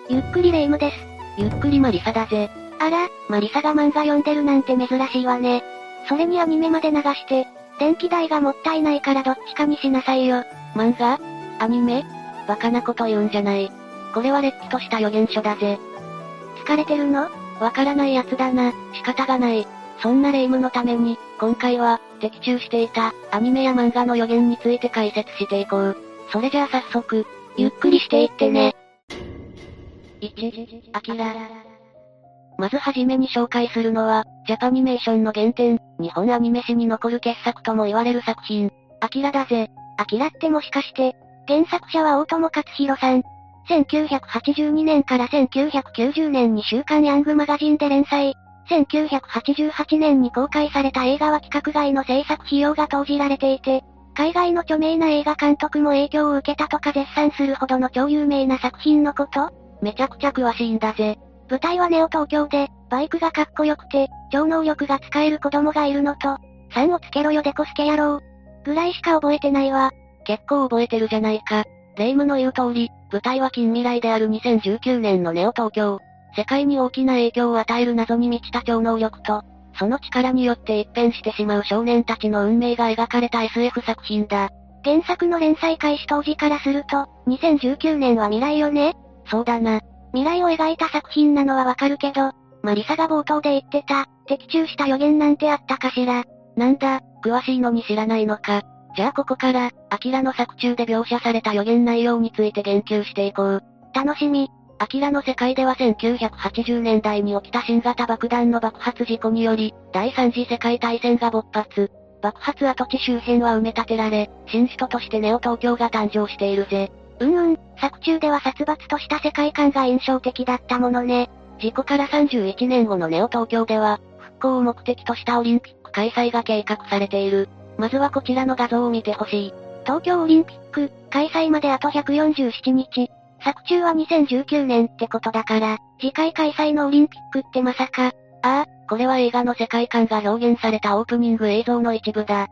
ゆっくりレ夢ムです。 ゆっくりマリサだぜ。 あら、マリサが漫画読んでるなんて珍しいわね。それにアニメまで流して、電気代がもったいないからどっちかにしなさいよ。 漫画？アニメ？バカなこと言うんじゃない。これはれっきとした予言書だぜ。 疲れてるの？ わからないやつだな、仕方がない。そんなレ夢ムのために、今回は、的中していた、アニメや漫画の予言について解説していこう。それじゃあ早速、 ゆっくりしていってね。 1、アキラ。まずはじめに紹介するのは、ジャパニメーションの原点、日本アニメ史に残る傑作とも言われる作品、アキラだぜ。 アキラってもしかして、原作者は大友克洋さん。1982年から1990年に週刊ヤングマガジンで連載。1988年に公開された映画は規格外の制作費用が投じられていて、海外の著名な映画監督も影響を受けたとか絶賛するほどの超有名な作品のこと？ めちゃくちゃ詳しいんだぜ。 舞台はネオ東京で、バイクがかっこよくて、超能力が使える子供がいるのと、3をつけろよデコスケ野郎。ぐらいしか覚えてないわ。 結構覚えてるじゃないか。レ夢ムの言う通り、舞台は近未来である2019年のネオ東京。世界に大きな影響を与える謎に満ちた超能力と、その力によって一変してしまう少年たちの運命が描かれた SF 作品だ。 原作の連載開始当時からすると、2019年は未来よね？ そうだな。 未来を描いた作品なのはわかるけど、マリサが冒頭で言ってた、的中した予言なんてあったかしら？ なんだ、詳しいのに知らないのか。じゃあここから、アキラの作中で描写された予言内容について言及していこう。 楽しみ。 アキラの世界では1980年代に起きた新型爆弾の爆発事故により、第三次世界大戦が勃発。爆発跡地周辺は埋め立てられ、新首都としてネオ東京が誕生しているぜ。 作中では殺伐とした世界観が印象的だったものね。 事故から31年後のネオ東京では、復興を目的としたオリンピック開催が計画されている。まずはこちらの画像を見てほしい。 東京オリンピック、開催まであと147日。作中は2019年ってことだから、次回開催のオリンピックってまさか。 ああ、これは映画の世界観が表現されたオープニング映像の一部だ。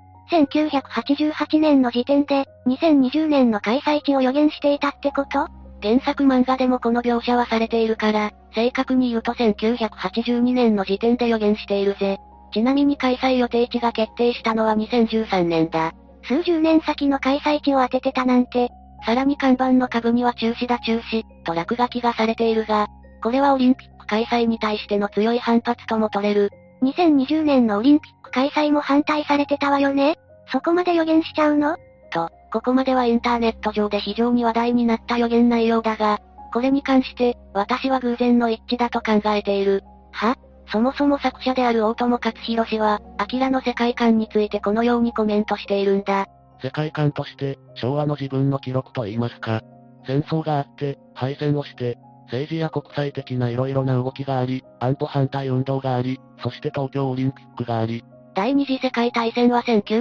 1988年の時点で、2020年の開催地を予言していたってこと？ 原作漫画でもこの描写はされているから、正確に言うと1982年の時点で予言しているぜ。ちなみに開催予定地が決定したのは2013年だ。 数十年先の開催地を当ててたなんて。 さらに看板の株には中止だ中止、と落書きがされているが、これはオリンピック開催に対しての強い反発とも取れる。 2020年のオリンピック開催も反対されてたわよね？そこまで予言しちゃうの？ と、ここまではインターネット上で非常に話題になった予言内容だが、これに関して、私は偶然の一致だと考えている。 は？ そもそも作者である大友克洋氏は、アキラの世界観についてこのようにコメントしているんだ。 世界観として、昭和の自分の記録と言いますか。戦争があって、敗戦をして、政治や国際的な色々な動きがあり、安保反対運動があり、そして東京オリンピックがあり。 第二次世界大戦は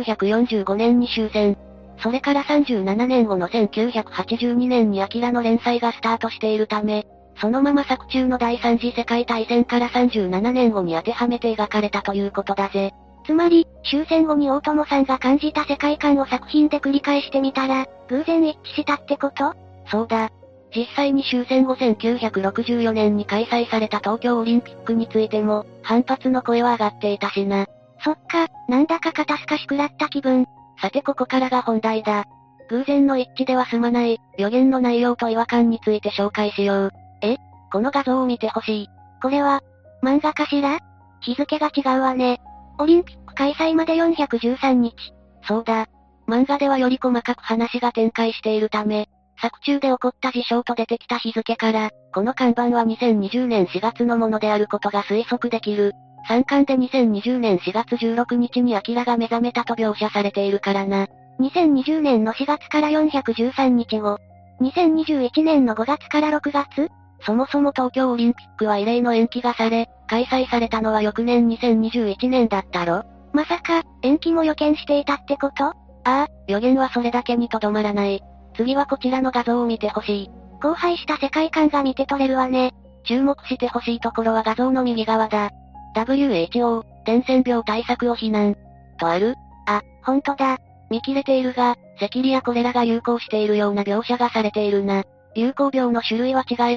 1945年に終戦。それから37年後の1982年にアキラの連載がスタートしているため、そのまま作中の第三次世界大戦から37年後に当てはめて描かれたということだぜ。 つまり、終戦後に大友さんが感じた世界観を作品で繰り返してみたら、偶然一致したってこと？ そうだ。実際に終戦後1964年に開催された東京オリンピックについても、反発の声は上がっていたしな。 そっか、なんだか肩透かし食らった気分。 さてここからが本題だ。偶然の一致では済まない、予言の内容と違和感について紹介しよう。この画像を見てほしい。 これは、漫画かしら？日付が違うわね。オリンピック開催まで413日。 そうだ。漫画ではより細かく話が展開しているため、作中で起こった事象と出てきた日付から、この看板は2020年4月のものであることが推測できる。3巻で2020年4月16日にアキラが目覚めたと描写されているからな。 2020年の4月から413日後。2021年の5月から6月？ そもそも東京オリンピックは異例の延期がされ、開催されたのは翌年2021年だったろ？ まさか、延期も予見していたってこと？ ああ、予言はそれだけにとどまらない。次はこちらの画像を見てほしい。 荒廃した世界観が見て取れるわね。 注目してほしいところは画像の右側だ。WHO、伝染病対策を非難。とある？ あ、ほんとだ。 見切れているが、赤痢やコレラが流行しているような描写がされているな。流行病の種類は違えど、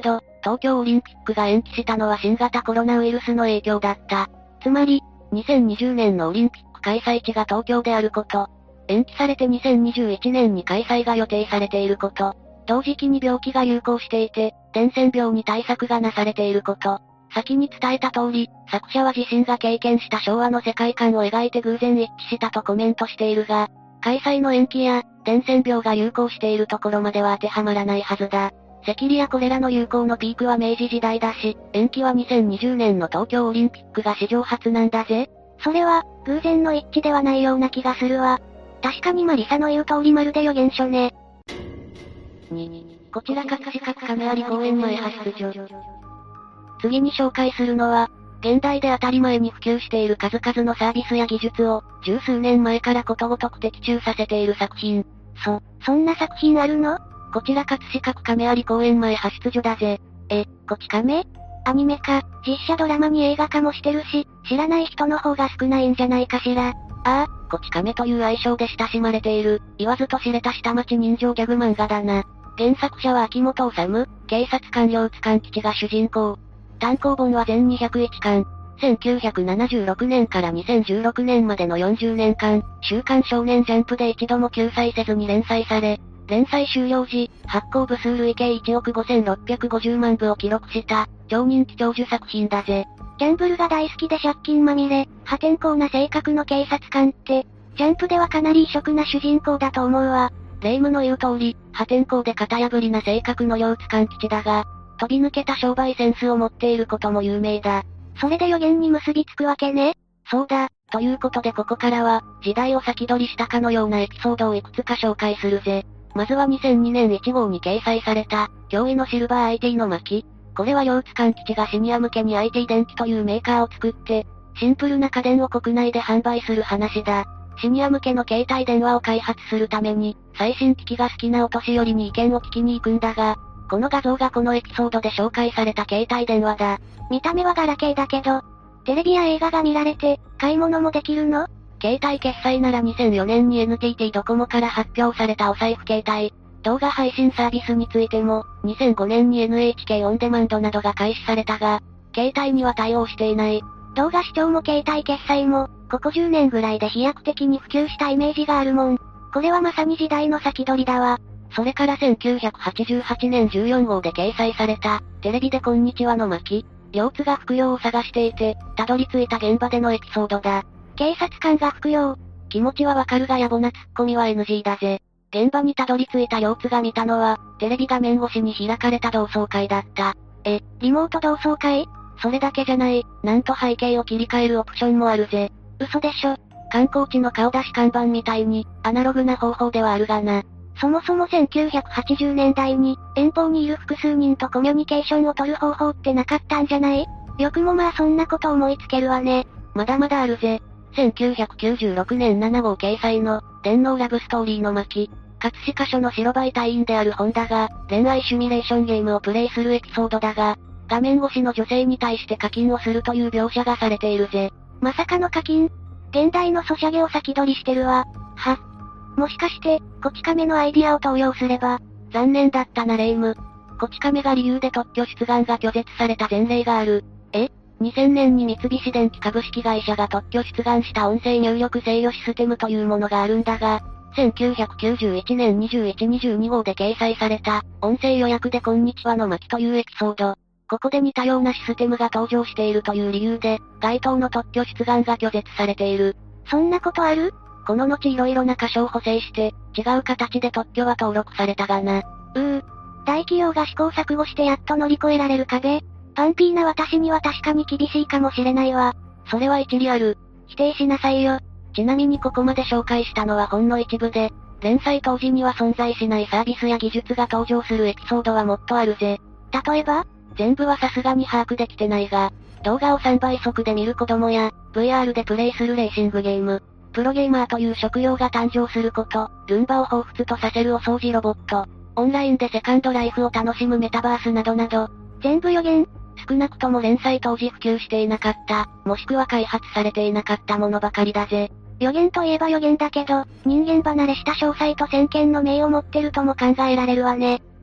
東京オリンピックが延期したのは新型コロナウイルスの影響だった。つまり、2020年のオリンピック開催地が東京であること、延期されて2021年に開催が予定されていること、同時期に病気が流行していて、伝染病に対策がなされていること、先に伝えた通り、作者は自身が経験した昭和の世界観を描いて偶然一致したとコメントしているが、開催の延期や、伝染病が流行しているところまでは当てはまらないはずだ。赤痢やコレラの流行のピークは明治時代だし、延期は2020年の東京オリンピックが史上初なんだぜ。 それは、偶然の一致ではないような気がするわ。確かにマリサの言う通りまるで予言書ね。 こちら葛飾区亀有公園前派出所。次に紹介するのは、現代で当たり前に普及している数々のサービスや技術を、十数年前からことごとく的中させている作品。 そんな作品あるの？ こちら葛飾区亀有公園前派出所だぜ。 こち亀？アニメ化、実写ドラマに映画化もしてるし、知らない人の方が少ないんじゃないかしら。 こち亀という愛称で親しまれている、言わずと知れた下町人情ギャグ漫画だな。原作者は秋元治、警察官両津勘吉が主人公。単行本は全201巻。1976年から2016年までの40年間、週刊少年ジャンプで一度も休載せずに連載され、連載終了時、発行部数累計1億5650万部を記録した、超人気長寿作品だぜ。 ギャンブルが大好きで借金まみれ、破天荒な性格の警察官って、ジャンプではかなり異色な主人公だと思うわ。 霊夢の言う通り、破天荒で型破りな性格の両津勘吉だが、飛び抜けた商売センスを持っていることも有名だ。 それで予言に結びつくわけね。 そうだ、ということでここからは、時代を先取りしたかのようなエピソードをいくつか紹介するぜ。まずは2002年1号に掲載された、驚異のシルバー IT の巻。これは両津勘吉がシニア向けに IT 電機というメーカーを作って、シンプルな家電を国内で販売する話だ。シニア向けの携帯電話を開発するために、最新機器が好きなお年寄りに意見を聞きに行くんだが、この画像がこのエピソードで紹介された携帯電話だ。 見た目はガラケーだけど、テレビや映画が見られて、買い物もできるの？ 携帯決済なら2004年に NTT ドコモから発表されたお財布携帯。動画配信サービスについても、2005年に NHK オンデマンドなどが開始されたが、携帯には対応していない。 動画視聴も携帯決済も、ここ10年ぐらいで飛躍的に普及したイメージがあるもん。これはまさに時代の先取りだわ。 それから1988年14号で掲載された、テレビでこんにちはの巻。両津が服用を探していて、たどり着いた現場でのエピソードだ。 警察官が服用。 気持ちはわかるが野暮なツッコミは NG だぜ。現場にたどり着いた両津が見たのは、テレビ画面越しに開かれた同窓会だった。 リモート同窓会？ それだけじゃない、なんと背景を切り替えるオプションもあるぜ。 嘘でしょ。 観光地の顔出し看板みたいに、アナログな方法ではあるがな。 そもそも1980年代に、遠方にいる複数人とコミュニケーションを取る方法ってなかったんじゃない？よくもまあそんなこと思いつけるわね。 まだまだあるぜ。1996年7号掲載の、電脳ラブストーリーの巻。葛飾署の白バイ隊員である本田が、恋愛シミュレーションゲームをプレイするエピソードだが、画面越しの女性に対して課金をするという描写がされているぜ。 まさかの課金？現代のソシャゲを先取りしてるわ。もしかして、こち亀のアイディアを投用すれば。 残念だったな霊夢。こち亀が理由で特許出願が拒絶された前例がある。2000年に三菱電機株式会社が特許出願した音声入力制御システムというものがあるんだが、1991年21、22号で掲載された、音声予約でこんにちはの巻というエピソード。ここで似たようなシステムが登場しているという理由で、該当の特許出願が拒絶されている。 そんなことある？ この後色々な箇所を補正して、違う形で特許は登録されたがな。 大企業が試行錯誤してやっと乗り越えられる壁？パンピーな私には確かに厳しいかもしれないわ。 それは一理ある。 否定しなさいよ。 ちなみにここまで紹介したのはほんの一部で、連載当時には存在しないサービスや技術が登場するエピソードはもっとあるぜ。 例えば？ 全部はさすがに把握できてないが、動画を3倍速で見る子供や、VR でプレイするレーシングゲーム、プロゲーマーという職業が誕生すること、ルンバを彷彿とさせるお掃除ロボット、オンラインでセカンドライフを楽しむメタバースなどなど、 全部予言？ 少なくとも連載当時普及していなかった、もしくは開発されていなかったものばかりだぜ。 予言といえば予言だけど、人間離れした詳細と先見の明を持ってるとも考えられるわね。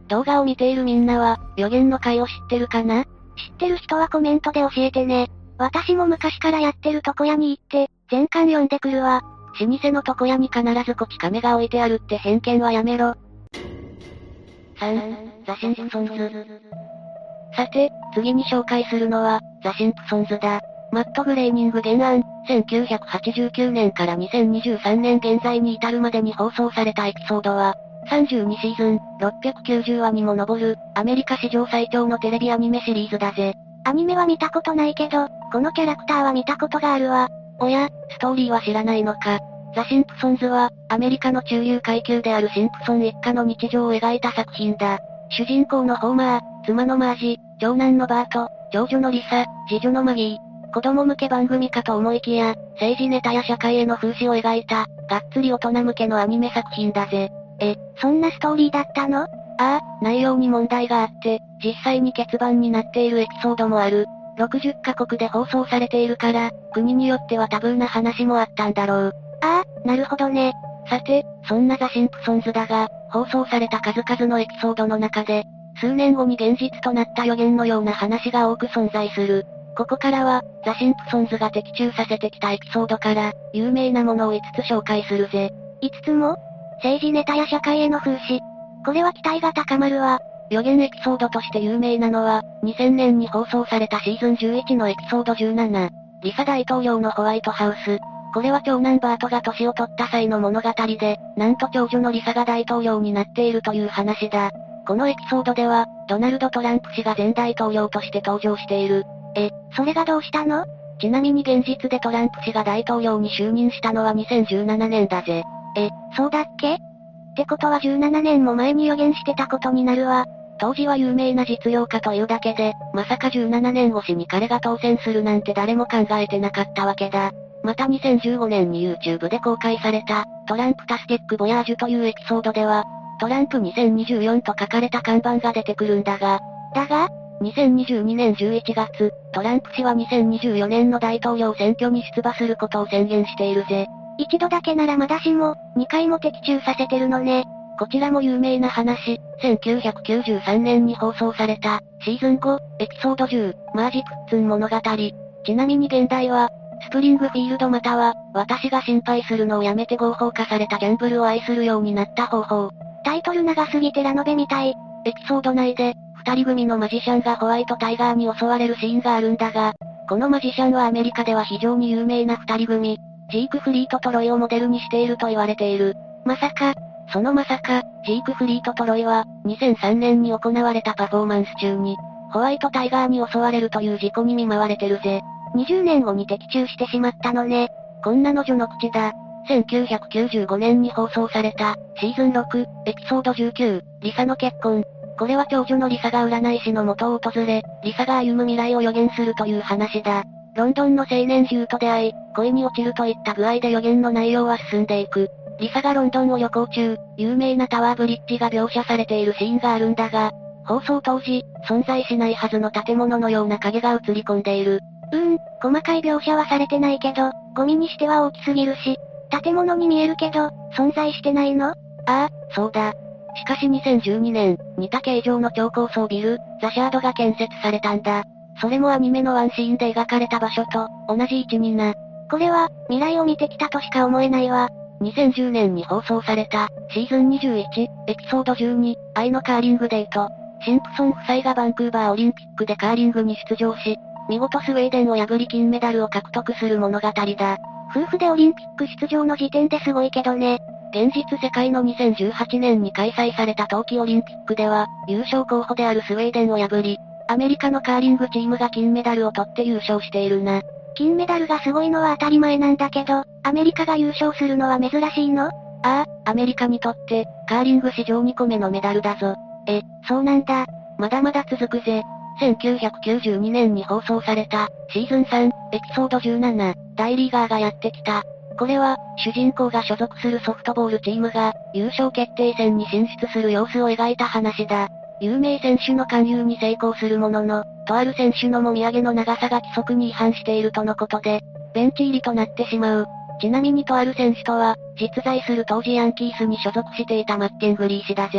動画を見ているみんなは、予言の回を知ってるかな？ 知ってる人はコメントで教えてね。私も昔からやってる床屋に行って、全巻読んでくるわ。 老舗の床屋に必ずこち亀が置いてあるって偏見はやめろ。3、ザ・シンプソンズ。さて、次に紹介するのは、ザ・シンプソンズだ。マット・グレーニング原案、1989年から2023年現在に至るまでに放送されたエピソードは、32シーズン、690話にも上る、アメリカ史上最長のテレビアニメシリーズだぜ。 アニメは見たことないけど、このキャラクターは見たことがあるわ。 おや、ストーリーは知らないのか。ザ・シンプソンズは、アメリカの中流階級であるシンプソン一家の日常を描いた作品だ。主人公のホーマー、妻のマージ、長男のバート、長女のリサ、次女のマギー。子供向け番組かと思いきや、政治ネタや社会への風刺を描いた、がっつり大人向けのアニメ作品だぜ。 そんなストーリーだったの？ ああ、内容に問題があって、実際に欠番になっているエピソードもある。60カ国で放送されているから、国によってはタブーな話もあったんだろう。 ああ、なるほどね。 さて、そんなザ・シンプソンズだが、放送された数々のエピソードの中で、数年後に現実となった予言のような話が多く存在する。ここからは、ザ・シンプソンズが的中させてきたエピソードから、有名なものを5つ紹介するぜ。 5つも？政治ネタや社会への風刺。これは期待が高まるわ。 予言エピソードとして有名なのは、2000年に放送されたシーズン11のエピソード17、リサ大統領のホワイトハウス。これは長男バートが年を取った際の物語で、なんと長女のリサが大統領になっているという話だ。このエピソードでは、ドナルド・トランプ氏が前大統領として登場している。 それがどうしたの？ ちなみに現実でトランプ氏が大統領に就任したのは2017年だぜ。 そうだっけ？ってことは17年も前に予言してたことになるわ。 当時は有名な実業家というだけで、まさか17年越しに彼が当選するなんて誰も考えてなかったわけだ。また2015年に YouTube で公開された、トランプタスティックボヤージュというエピソードでは、トランプ2024と書かれた看板が出てくるんだが、2022年11月、トランプ氏は2024年の大統領選挙に出馬することを宣言しているぜ。 一度だけならまだしも、2回も的中させてるのね。 こちらも有名な話、1993年に放送された、シーズン5、エピソード10、マージ・プッツン物語。ちなみに現代は、スプリングフィールドまたは、私が心配するのをやめて合法化されたギャンブルを愛するようになった方法。 タイトル長すぎてラノベみたい。 エピソード内で、二人組のマジシャンがホワイトタイガーに襲われるシーンがあるんだが、このマジシャンはアメリカでは非常に有名な二人組、ジーク・フリート・トロイをモデルにしていると言われている。 まさか、 ジーク・フリート・トロイは、2003年に行われたパフォーマンス中に、ホワイトタイガーに襲われるという事故に見舞われてるぜ。 20年後に的中してしまったのね。 こんなの序の口だ。1995年に放送された、シーズン6、エピソード19、リサの結婚。これは長女のリサが占い師の元を訪れ、リサが歩む未来を予言するという話だ。ロンドンの青年獣と出会い、恋に落ちるといった具合で予言の内容は進んでいく。リサがロンドンを旅行中、有名なタワーブリッジが描写されているシーンがあるんだが、放送当時、存在しないはずの建物のような影が映り込んでいる。 細かい描写はされてないけど、ゴミにしては大きすぎるし、建物に見えるけど、存在してないの？ ああ、そうだ。しかし2012年、似た形状の超高層ビル、ザ・シャードが建設されたんだ。それもアニメのワンシーンで描かれた場所と、同じ位置にな。 これは、未来を見てきたとしか思えないわ。 2010年に放送された、シーズン21、エピソード12、愛のカーリングデート。シンプソン夫妻がバンクーバーオリンピックでカーリングに出場し、見事スウェーデンを破り金メダルを獲得する物語だ。 夫婦でオリンピック出場の時点ですごいけどね。 現実世界の2018年に開催された冬季オリンピックでは、優勝候補であるスウェーデンを破り、アメリカのカーリングチームが金メダルを取って優勝しているな。 金メダルがすごいのは当たり前なんだけど、アメリカが優勝するのは珍しいの？ ああ、アメリカにとって、カーリング史上2個目のメダルだぞ。 そうなんだ。 まだまだ続くぜ。1992年に放送された、シーズン3、エピソード17、大リーガーがやってきた。これは、主人公が所属するソフトボールチームが、優勝決定戦に進出する様子を描いた話だ。有名選手の勧誘に成功するものの、とある選手のもみあげの長さが規則に違反しているとのことで、ベンチ入りとなってしまう。ちなみにとある選手とは、実在する当時ヤンキースに所属していたマッケングリー氏だぜ。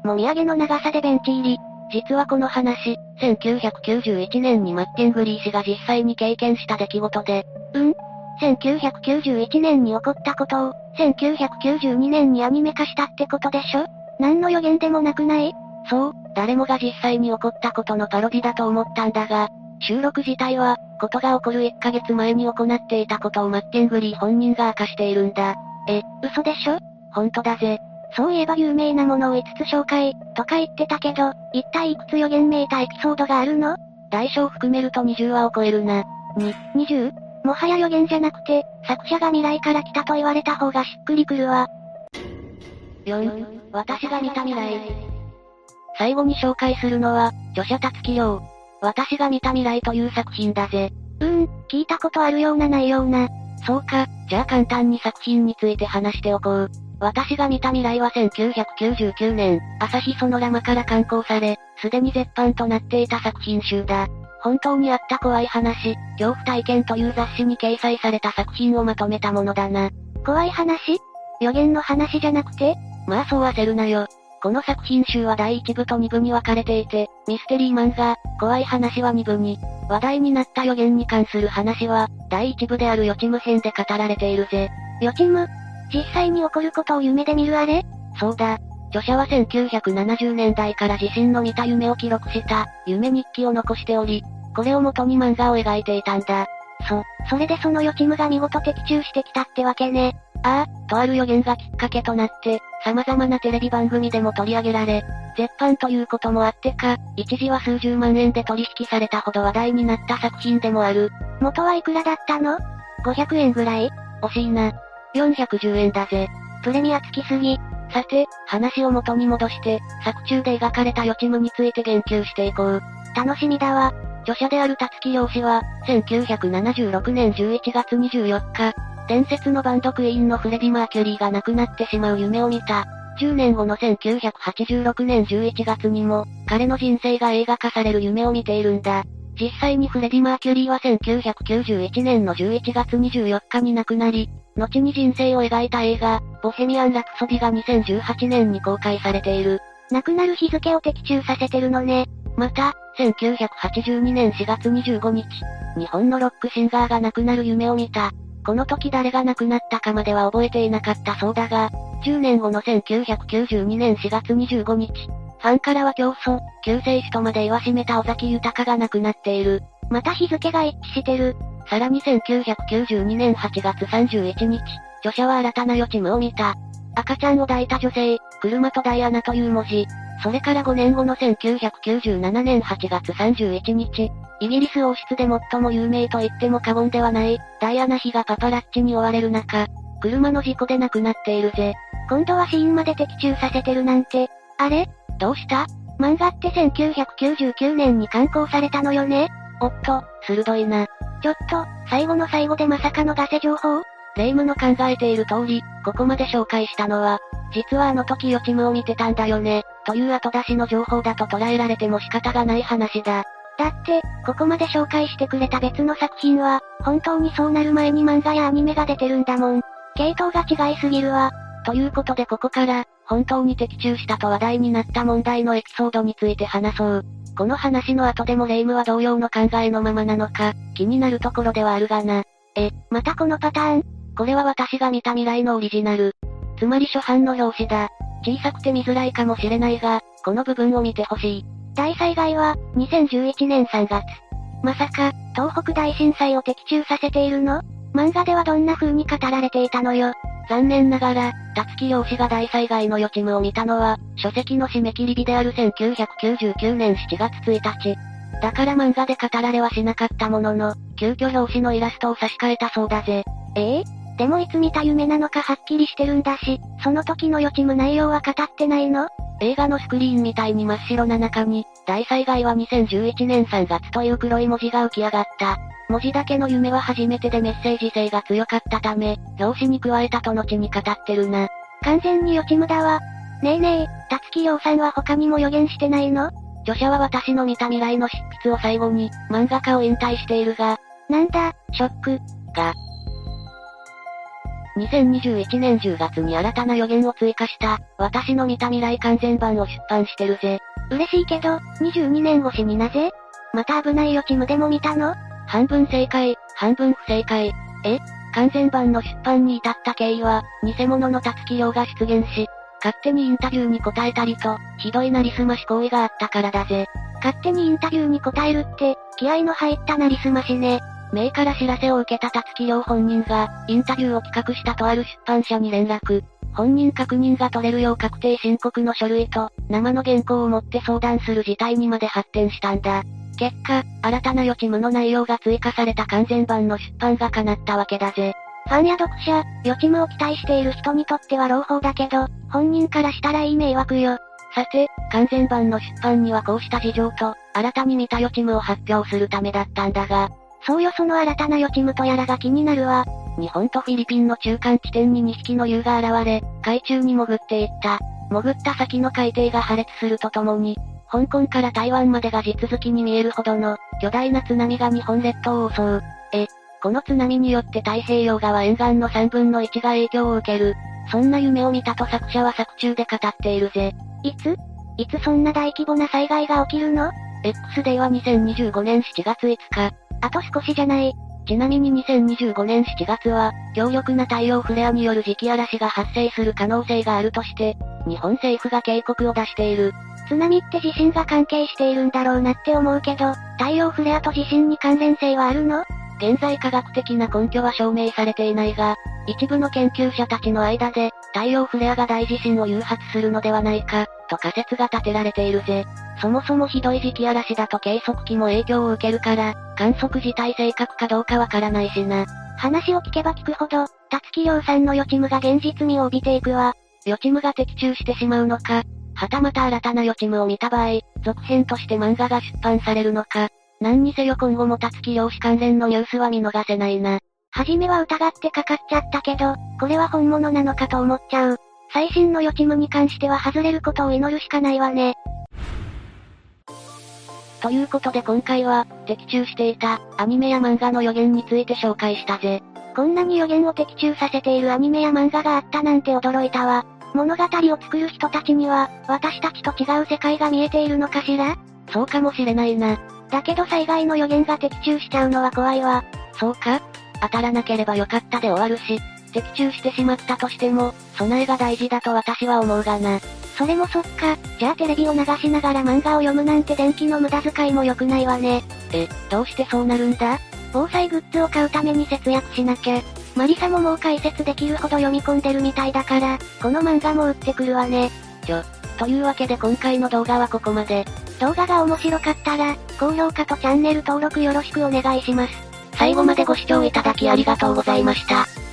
もみあげの長さでベンチ入り。 実はこの話、1991年にマッケングリー氏が実際に経験した出来事で。 1991年に起こったことを、1992年にアニメ化したってことでしょ？何の予言でもなくない？ そう、誰もが実際に起こったことのパロディだと思ったんだが、収録自体は、ことが起こる1ヶ月前に行っていたことをマッケングリー本人が明かしているんだ。 嘘でしょ？ 本当だぜ。 そういえば有名なものを5つ紹介、とか言ってたけど、一体いくつ予言めいたエピソードがあるの？ 大小含めると20話を超えるな。 20？もはや予言じゃなくて、作者が未来から来たと言われた方がしっくりくるわ。 4、私が見た未来。最後に紹介するのは、著者たつき亮。私が見た未来という作品だぜ。 聞いたことあるようなないような。 そうか、じゃあ簡単に作品について話しておこう。私が見た未来は1999年、朝日ソノラマから刊行され、すでに絶版となっていた作品集だ。本当にあった怖い話、恐怖体験という雑誌に掲載された作品をまとめたものだな。 怖い話？予言の話じゃなくて？ まあそう焦るなよ。この作品集は第1部と2部に分かれていて、ミステリー漫画、怖い話は2部に、話題になった予言に関する話は、第1部である予知夢編で語られているぜ。 予知夢？実際に起こることを夢で見るあれ？ そうだ。著者は1970年代から自身の見た夢を記録した、夢日記を残しており、これを元に漫画を描いていたんだ。 それでその予知夢が見事的中してきたってわけね。 とある予言がきっかけとなって、様々なテレビ番組でも取り上げられ、絶版ということもあってか、一時は数十万円で取引されたほど話題になった作品でもある。 元はいくらだったの？ 500 円ぐらい？ 惜しいな。410円だぜ。 プレミア付きすぎ。 さて、話を元に戻して、作中で描かれた予知夢について言及していこう。 楽しみだわ。 著者であるたつき亮氏は、1976年11月24日、伝説のバンドクイーンのフレディ・マーキュリーが亡くなってしまう夢を見た。10年後の1986年11月にも、彼の人生が映画化される夢を見ているんだ。実際にフレディ・マーキュリーは1991年の11月24日に亡くなり、後に人生を描いた映画、ボヘミアン・ラプソディが2018年に公開されている。 亡くなる日付を的中させてるのね。 また、1982年4月25日、日本のロックシンガーが亡くなる夢を見た。この時誰が亡くなったかまでは覚えていなかったそうだが、10年後の1992年4月25日、ファンからは教祖、救世主とまで言わしめた尾崎豊が亡くなっている。 また日付が一致してる。 さらに1992年8月31日、著者は新たな予知夢を見た。赤ちゃんを抱いた女性、車とダイアナという文字。それから5年後の1997年8月31日、イギリス王室で最も有名と言っても過言ではない、ダイアナ妃がパパラッチに追われる中、車の事故で亡くなっているぜ。 今度は死因まで的中させてるなんて、あれ？ どうした？ 漫画って1999年に刊行されたのよね？ おっと、鋭いな。 ちょっと、最後の最後でまさかのガセ情報？ 霊夢の考えている通り、ここまで紹介したのは、実はあの時予知夢を見てたんだよね、という後出しの情報だと捉えられても仕方がない話だ。 だって、ここまで紹介してくれた別の作品は、本当にそうなる前に漫画やアニメが出てるんだもん。系統が違いすぎるわ。 ということでここから、本当に的中したと話題になった問題のエピソードについて話そう。この話の後でも霊夢は同様の考えのままなのか、気になるところではあるがな。 またこのパターン？ これは私が見た未来のオリジナル。つまり初版の表紙だ。小さくて見づらいかもしれないが、この部分を見てほしい。 大災害は、2011年3月。まさか、東北大震災を的中させているの？漫画ではどんな風に語られていたのよ。 残念ながら、たつき亮氏が大災害の予知夢を見たのは、書籍の締め切り日である1999年7月1日。だから漫画で語られはしなかったものの、急遽表紙のイラストを差し替えたそうだぜ。 でもいつ見た夢なのかはっきりしてるんだし、その時の予知夢内容は語ってないの？ 映画のスクリーンみたいに真っ白な中に、大災害は2011年3月という黒い文字が浮き上がった。文字だけの夢は初めてでメッセージ性が強かったため、表紙に加えたと後に語ってるな。 完全に予知夢だわ。ねえ、たつき亮さんは他にも予言してないの？ 著者は私の見た未来の執筆を最後に、漫画家を引退しているが、 なんだ、ショック。 2021年10月に新たな予言を追加した、私の見た未来完全版を出版してるぜ。 嬉しいけど、22年越しになぜ？また危ない予知夢でも見たの？ 半分正解、半分不正解。完全版の出版に至った経緯は、偽物のたつき亮が出現し、勝手にインタビューに答えたりと、ひどいなりすまし行為があったからだぜ。 勝手にインタビューに答えるって、気合の入ったなりすましね。 メイから知らせを受けたたつき亮本人が、インタビューを企画したとある出版社に連絡。本人確認が取れるよう確定申告の書類と、生の原稿を持って相談する事態にまで発展したんだ。結果、新たな予知夢の内容が追加された完全版の出版が叶ったわけだぜ。 ファンや読者、予知夢を期待している人にとっては朗報だけど、本人からしたらいい迷惑よ。 さて、完全版の出版にはこうした事情と、新たに見た予知夢を発表するためだったんだが、 そうよその新たな予知夢とやらが気になるわ。 日本とフィリピンの中間地点に2匹の竜が現れ、海中に潜っていった。潜った先の海底が破裂するとともに、香港から台湾までが地続きに見えるほどの、巨大な津波が日本列島を襲う。この津波によって太平洋側沿岸の3分の1が影響を受ける。そんな夢を見たと作者は作中で語っているぜ。 いつそんな大規模な災害が起きるの？ X デーは2025年7月5日。 あと少しじゃない。 ちなみに2025年7月は、強力な太陽フレアによる磁気嵐が発生する可能性があるとして、日本政府が警告を出している。 津波って地震が関係しているんだろうなって思うけど、太陽フレアと地震に関連性はあるの？ 現在科学的な根拠は証明されていないが、一部の研究者たちの間で、太陽フレアが大地震を誘発するのではないか、と仮説が立てられているぜ。そもそもひどい磁気嵐だと計測器も影響を受けるから、観測自体正確かどうかわからないしな。 話を聞けば聞くほど、たつき亮さんの予知夢が現実味を帯びていくわ。 予知夢が的中してしまうのか、はたまた新たな予知夢を見た場合、続編として漫画が出版されるのか、何にせよ今後もたつき亮氏関連のニュースは見逃せないな。 はじめは疑ってかかっちゃったけど、これは本物なのかと思っちゃう。最新の予知夢に関しては外れることを祈るしかないわね。 ということで今回は、的中していた、アニメや漫画の予言について紹介したぜ。 こんなに予言を的中させているアニメや漫画があったなんて驚いたわ。物語を作る人たちには、私たちと違う世界が見えているのかしら？ そうかもしれないな。 だけど災害の予言が的中しちゃうのは怖いわ。 そうか？当たらなければよかったで終わるし、的中してしまったとしても、備えが大事だと私は思うがな。 それもそっか、じゃあテレビを流しながら漫画を読むなんて電気の無駄遣いも良くないわね。 どうしてそうなるんだ？ 防災グッズを買うために節約しなきゃ。マリサももう解説できるほど読み込んでるみたいだから、この漫画も売ってくるわね。 というわけで今回の動画はここまで。 動画が面白かったら、高評価とチャンネル登録よろしくお願いします。 最後までご視聴いただきありがとうございました。